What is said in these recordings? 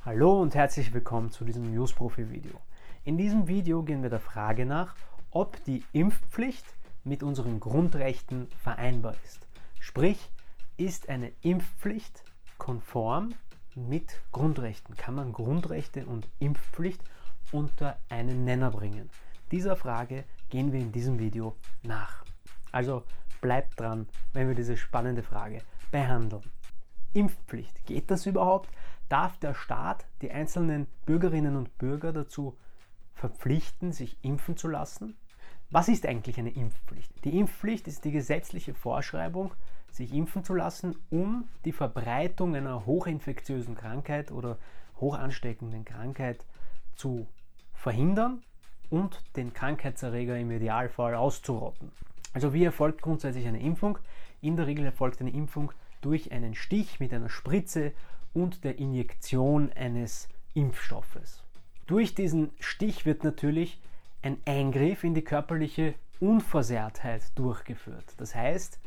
Hallo und herzlich willkommen zu diesem Newsprofi-Video. In diesem Video gehen wir der Frage nach, ob die Impfpflicht mit unseren Grundrechten vereinbar ist. Sprich, ist eine Impfpflicht konform mit Grundrechten? Kann man Grundrechte und Impfpflicht unter einen Nenner bringen? Dieser Frage gehen wir in diesem Video nach. Also bleibt dran, wenn wir diese spannende Frage behandeln. Impfpflicht, geht das überhaupt? Darf der Staat die einzelnen Bürgerinnen und Bürger dazu verpflichten, sich impfen zu lassen? Was ist eigentlich eine Impfpflicht? Die Impfpflicht ist die gesetzliche Vorschreibung, sich impfen zu lassen, um die Verbreitung einer hochinfektiösen Krankheit oder hochansteckenden Krankheit zu verhindern und den Krankheitserreger im Idealfall auszurotten. Also wie erfolgt grundsätzlich eine Impfung? In der Regel erfolgt eine Impfung durch einen Stich mit einer Spritze und der Injektion eines Impfstoffes. Durch diesen Stich wird natürlich ein Eingriff in die körperliche Unversehrtheit durchgeführt. Das heißt,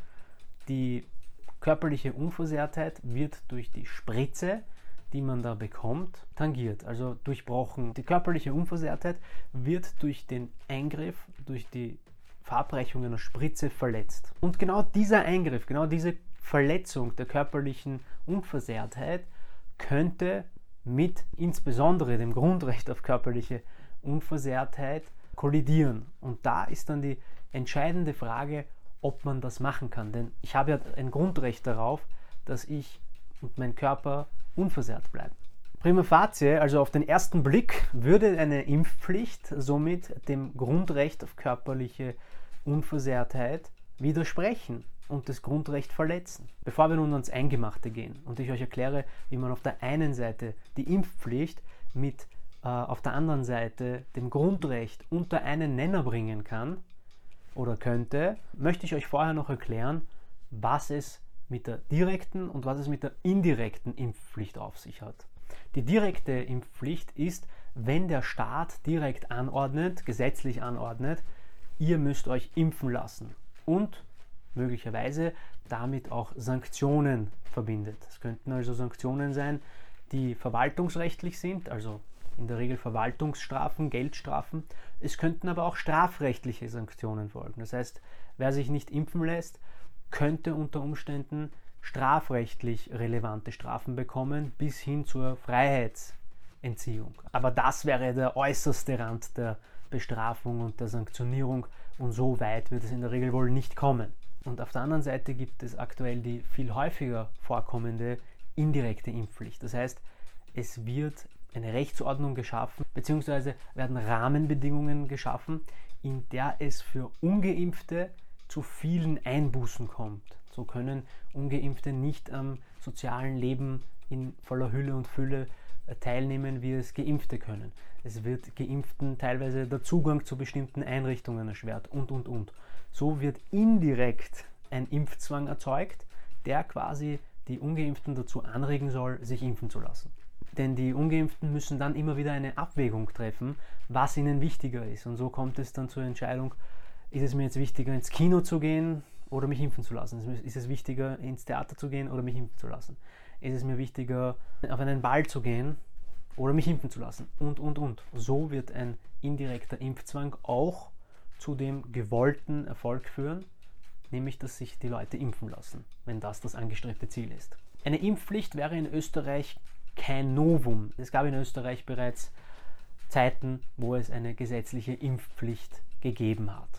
die körperliche Unversehrtheit wird durch die Spritze, die man da bekommt, tangiert, also durchbrochen. Die körperliche Unversehrtheit wird durch den Eingriff, durch die Verabreichung einer Spritze verletzt. Und genau dieser Eingriff, genau diese Verletzung der körperlichen Unversehrtheit könnte mit insbesondere dem Grundrecht auf körperliche Unversehrtheit kollidieren. Und da ist dann die entscheidende Frage, ob man das machen kann. Denn ich habe ja ein Grundrecht darauf, dass ich und mein Körper unversehrt bleiben. Prima facie, also auf den ersten Blick, würde eine Impfpflicht somit dem Grundrecht auf körperliche Unversehrtheit widersprechen und das Grundrecht verletzen. Bevor wir nun ans Eingemachte gehen und ich euch erkläre, wie man auf der einen Seite die Impfpflicht mit auf der anderen Seite dem Grundrecht unter einen Nenner bringen kann oder könnte, möchte ich euch vorher noch erklären, was es mit der direkten und was es mit der indirekten Impfpflicht auf sich hat. Die direkte Impfpflicht ist, wenn der Staat direkt anordnet, gesetzlich anordnet, ihr müsst euch impfen lassen und möglicherweise damit auch Sanktionen verbindet. Es könnten also Sanktionen sein, die verwaltungsrechtlich sind, also in der Regel Verwaltungsstrafen, Geldstrafen. Es könnten aber auch strafrechtliche Sanktionen folgen. Das heißt, wer sich nicht impfen lässt, könnte unter Umständen strafrechtlich relevante Strafen bekommen, bis hin zur Freiheitsentziehung. Aber das wäre der äußerste Rand der Bestrafung und der Sanktionierung und so weit wird es in der Regel wohl nicht kommen. Und auf der anderen Seite gibt es aktuell die viel häufiger vorkommende indirekte Impfpflicht. Das heißt, es wird eine Rechtsordnung geschaffen, beziehungsweise werden Rahmenbedingungen geschaffen, in der es für Ungeimpfte zu vielen Einbußen kommt. So können Ungeimpfte nicht am sozialen Leben in voller Hülle und Fülle teilnehmen, wie es Geimpfte können. Es wird Geimpften teilweise der Zugang zu bestimmten Einrichtungen erschwert und. So wird indirekt ein Impfzwang erzeugt, der quasi die Ungeimpften dazu anregen soll, sich impfen zu lassen. Denn die Ungeimpften müssen dann immer wieder eine Abwägung treffen, was ihnen wichtiger ist. Und so kommt es dann zur Entscheidung, ist es mir jetzt wichtiger, ins Kino zu gehen oder mich impfen zu lassen? Ist es wichtiger, ins Theater zu gehen oder mich impfen zu lassen? Ist es mir wichtiger, auf einen Ball zu gehen oder mich impfen zu lassen? Und. So wird ein indirekter Impfzwang auch zu dem gewollten Erfolg führen, nämlich dass sich die Leute impfen lassen, wenn das angestrebte Ziel ist. Eine Impfpflicht wäre in Österreich kein Novum. Es gab in Österreich bereits Zeiten, wo es eine gesetzliche Impfpflicht gegeben hat.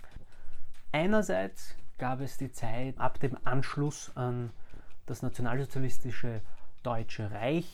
Einerseits gab es die Zeit ab dem Anschluss an das nationalsozialistische Deutsche Reich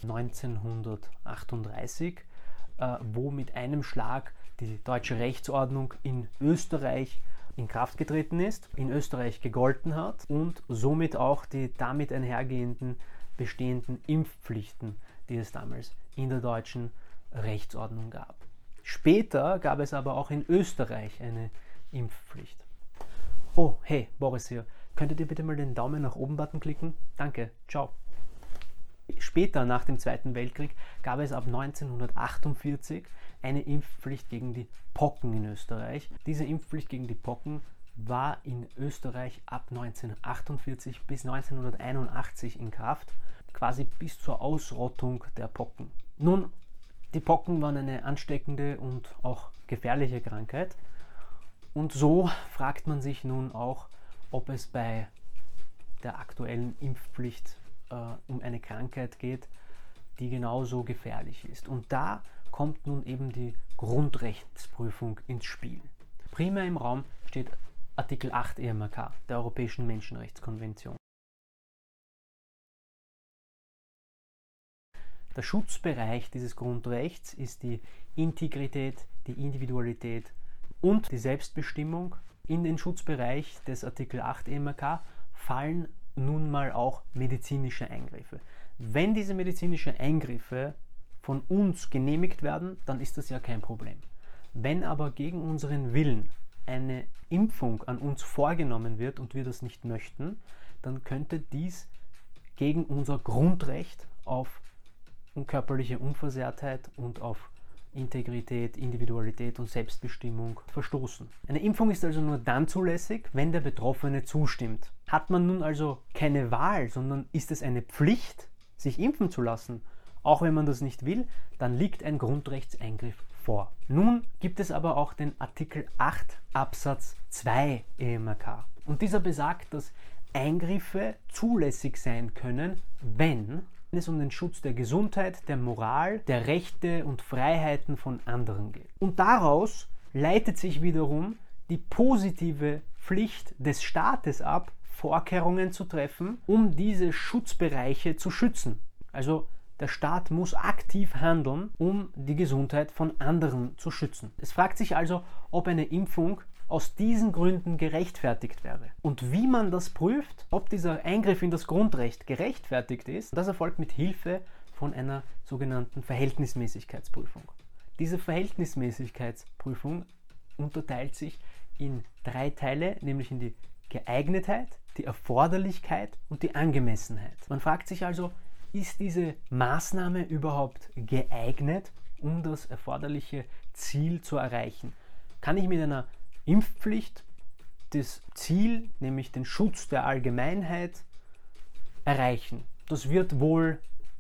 1938, wo mit einem Schlag die deutsche Rechtsordnung in Österreich in Kraft getreten ist, in Österreich gegolten hat und somit auch die damit einhergehenden bestehenden Impfpflichten, die es damals in der deutschen Rechtsordnung gab. Später gab es aber auch in Österreich eine Impfpflicht. Oh, hey, Boris hier. Könntet ihr bitte mal den Daumen nach oben Button klicken? Danke, ciao. Später, nach dem Zweiten Weltkrieg, gab es ab 1948 eine Impfpflicht gegen die Pocken in Österreich. Diese Impfpflicht gegen die Pocken war in Österreich ab 1948 bis 1981 in Kraft quasi bis zur Ausrottung der Pocken. Nun, die Pocken waren eine ansteckende und auch gefährliche Krankheit. Und so fragt man sich nun auch, ob es bei der aktuellen Impfpflicht um eine Krankheit geht, die genauso gefährlich ist. Und da kommt nun eben die Grundrechtsprüfung ins Spiel. Primär im Raum steht Artikel 8 EMRK, der Europäischen Menschenrechtskonvention. Der Schutzbereich dieses Grundrechts ist die Integrität, die Individualität und die Selbstbestimmung. In den Schutzbereich des Artikel 8 EMRK fallen nun mal auch medizinische Eingriffe. Wenn diese medizinischen Eingriffe von uns genehmigt werden, dann ist das ja kein Problem. Wenn aber gegen unseren Willen eine Impfung an uns vorgenommen wird und wir das nicht möchten, dann könnte dies gegen unser Grundrecht auf körperliche Unversehrtheit und auf Integrität, Individualität und Selbstbestimmung verstoßen. Eine Impfung ist also nur dann zulässig, wenn der Betroffene zustimmt. Hat man nun also keine Wahl, sondern ist es eine Pflicht, sich impfen zu lassen, auch wenn man das nicht will, dann liegt ein Grundrechtseingriff vor. Nun gibt es aber auch den Artikel 8 Absatz 2 EMRK. Und dieser besagt, dass Eingriffe zulässig sein können, wenn es um den Schutz der Gesundheit, der Moral, der Rechte und Freiheiten von anderen geht. Und daraus leitet sich wiederum die positive Pflicht des Staates ab, Vorkehrungen zu treffen, um diese Schutzbereiche zu schützen. Also der Staat muss aktiv handeln, um die Gesundheit von anderen zu schützen. Es fragt sich also, ob eine Impfung aus diesen Gründen gerechtfertigt wäre. Und wie man das prüft, ob dieser Eingriff in das Grundrecht gerechtfertigt ist, das erfolgt mit Hilfe von einer sogenannten Verhältnismäßigkeitsprüfung. Diese Verhältnismäßigkeitsprüfung unterteilt sich in 3 Teile, nämlich in die Geeignetheit, die Erforderlichkeit und die Angemessenheit. Man fragt sich also, ist diese Maßnahme überhaupt geeignet, um das erforderliche Ziel zu erreichen? Kann ich mit einer Impfpflicht das Ziel, nämlich den Schutz der Allgemeinheit, erreichen? Das wird wohl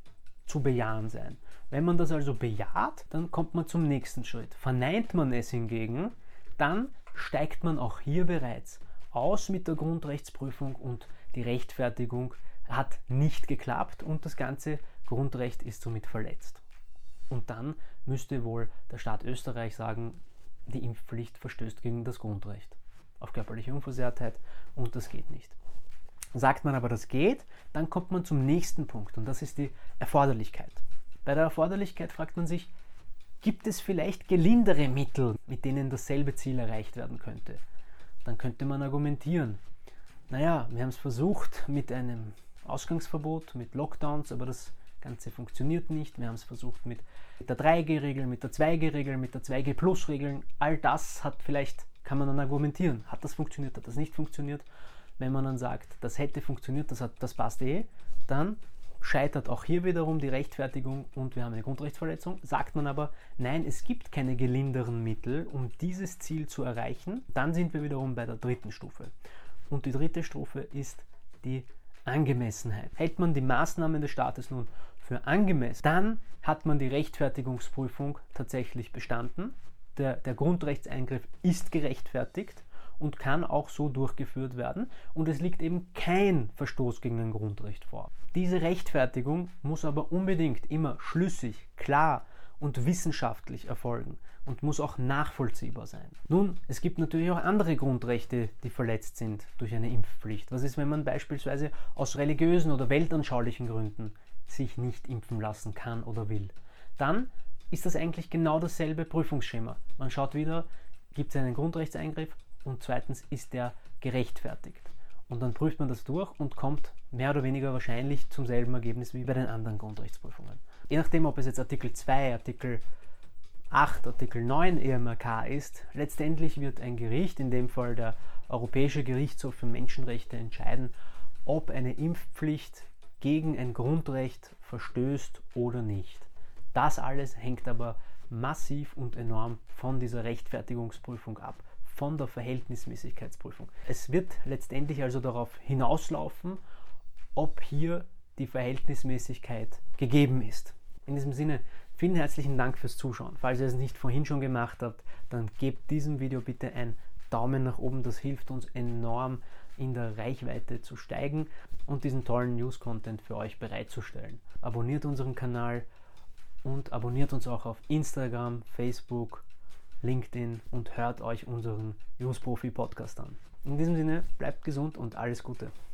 zu bejahen sein. Wenn man das also bejaht, dann kommt man zum nächsten Schritt. Verneint man es hingegen, dann steigt man auch hier bereits aus mit der Grundrechtsprüfung und die Rechtfertigung hat nicht geklappt und das ganze Grundrecht ist somit verletzt. Und dann müsste wohl der Staat Österreich sagen, die Impfpflicht verstößt gegen das Grundrecht auf körperliche Unversehrtheit und das geht nicht. Sagt man aber, das geht, dann kommt man zum nächsten Punkt und das ist die Erforderlichkeit. Bei der Erforderlichkeit fragt man sich, gibt es vielleicht gelindere Mittel, mit denen dasselbe Ziel erreicht werden könnte? Dann könnte man argumentieren, naja, wir haben es versucht mit einem Ausgangsverbot, mit Lockdowns, aber das Ganze funktioniert nicht. Wir haben es versucht mit der 3G-Regel, mit der 2G-Regel, mit der 2G-Plus-Regeln. All das hat vielleicht, kann man dann argumentieren, hat das funktioniert, hat das nicht funktioniert. Wenn man dann sagt, das hätte funktioniert, das passt dann scheitert auch hier wiederum die Rechtfertigung und wir haben eine Grundrechtsverletzung. Sagt man aber, nein, es gibt keine gelinderen Mittel, um dieses Ziel zu erreichen, dann sind wir wiederum bei der 3. Stufe. Und die 3. Stufe ist die Angemessenheit. Hält man die Maßnahmen des Staates nun für angemessen, dann hat man die Rechtfertigungsprüfung tatsächlich bestanden. Der Grundrechtseingriff ist gerechtfertigt und kann auch so durchgeführt werden und es liegt eben kein Verstoß gegen ein Grundrecht vor. Diese Rechtfertigung muss aber unbedingt immer schlüssig, klar und wissenschaftlich erfolgen und muss auch nachvollziehbar sein. Nun, es gibt natürlich auch andere Grundrechte, die verletzt sind durch eine Impfpflicht. Was ist, wenn man beispielsweise aus religiösen oder weltanschaulichen Gründen sich nicht impfen lassen kann oder will? Dann ist das eigentlich genau dasselbe Prüfungsschema. Man schaut wieder, gibt es einen Grundrechtseingriff und zweitens ist der gerechtfertigt. Und dann prüft man das durch und kommt mehr oder weniger wahrscheinlich zum selben Ergebnis wie bei den anderen Grundrechtsprüfungen. Je nachdem, ob es jetzt Artikel 2, Artikel 8, Artikel 9 EMRK ist, letztendlich wird ein Gericht, in dem Fall der Europäische Gerichtshof für Menschenrechte, entscheiden, ob eine Impfpflicht gegen ein Grundrecht verstößt oder nicht. Das alles hängt aber massiv und enorm von dieser Rechtfertigungsprüfung ab, von der Verhältnismäßigkeitsprüfung. Es wird letztendlich also darauf hinauslaufen, ob hier die Verhältnismäßigkeit gegeben ist. In diesem Sinne, vielen herzlichen Dank fürs Zuschauen. Falls ihr es nicht vorhin schon gemacht habt, dann gebt diesem Video bitte einen Daumen nach oben. Das hilft uns enorm, in der Reichweite zu steigen und diesen tollen News-Content für euch bereitzustellen. Abonniert unseren Kanal und abonniert uns auch auf Instagram, Facebook, LinkedIn und hört euch unseren News Profi Podcast an. In diesem Sinne, bleibt gesund und alles Gute.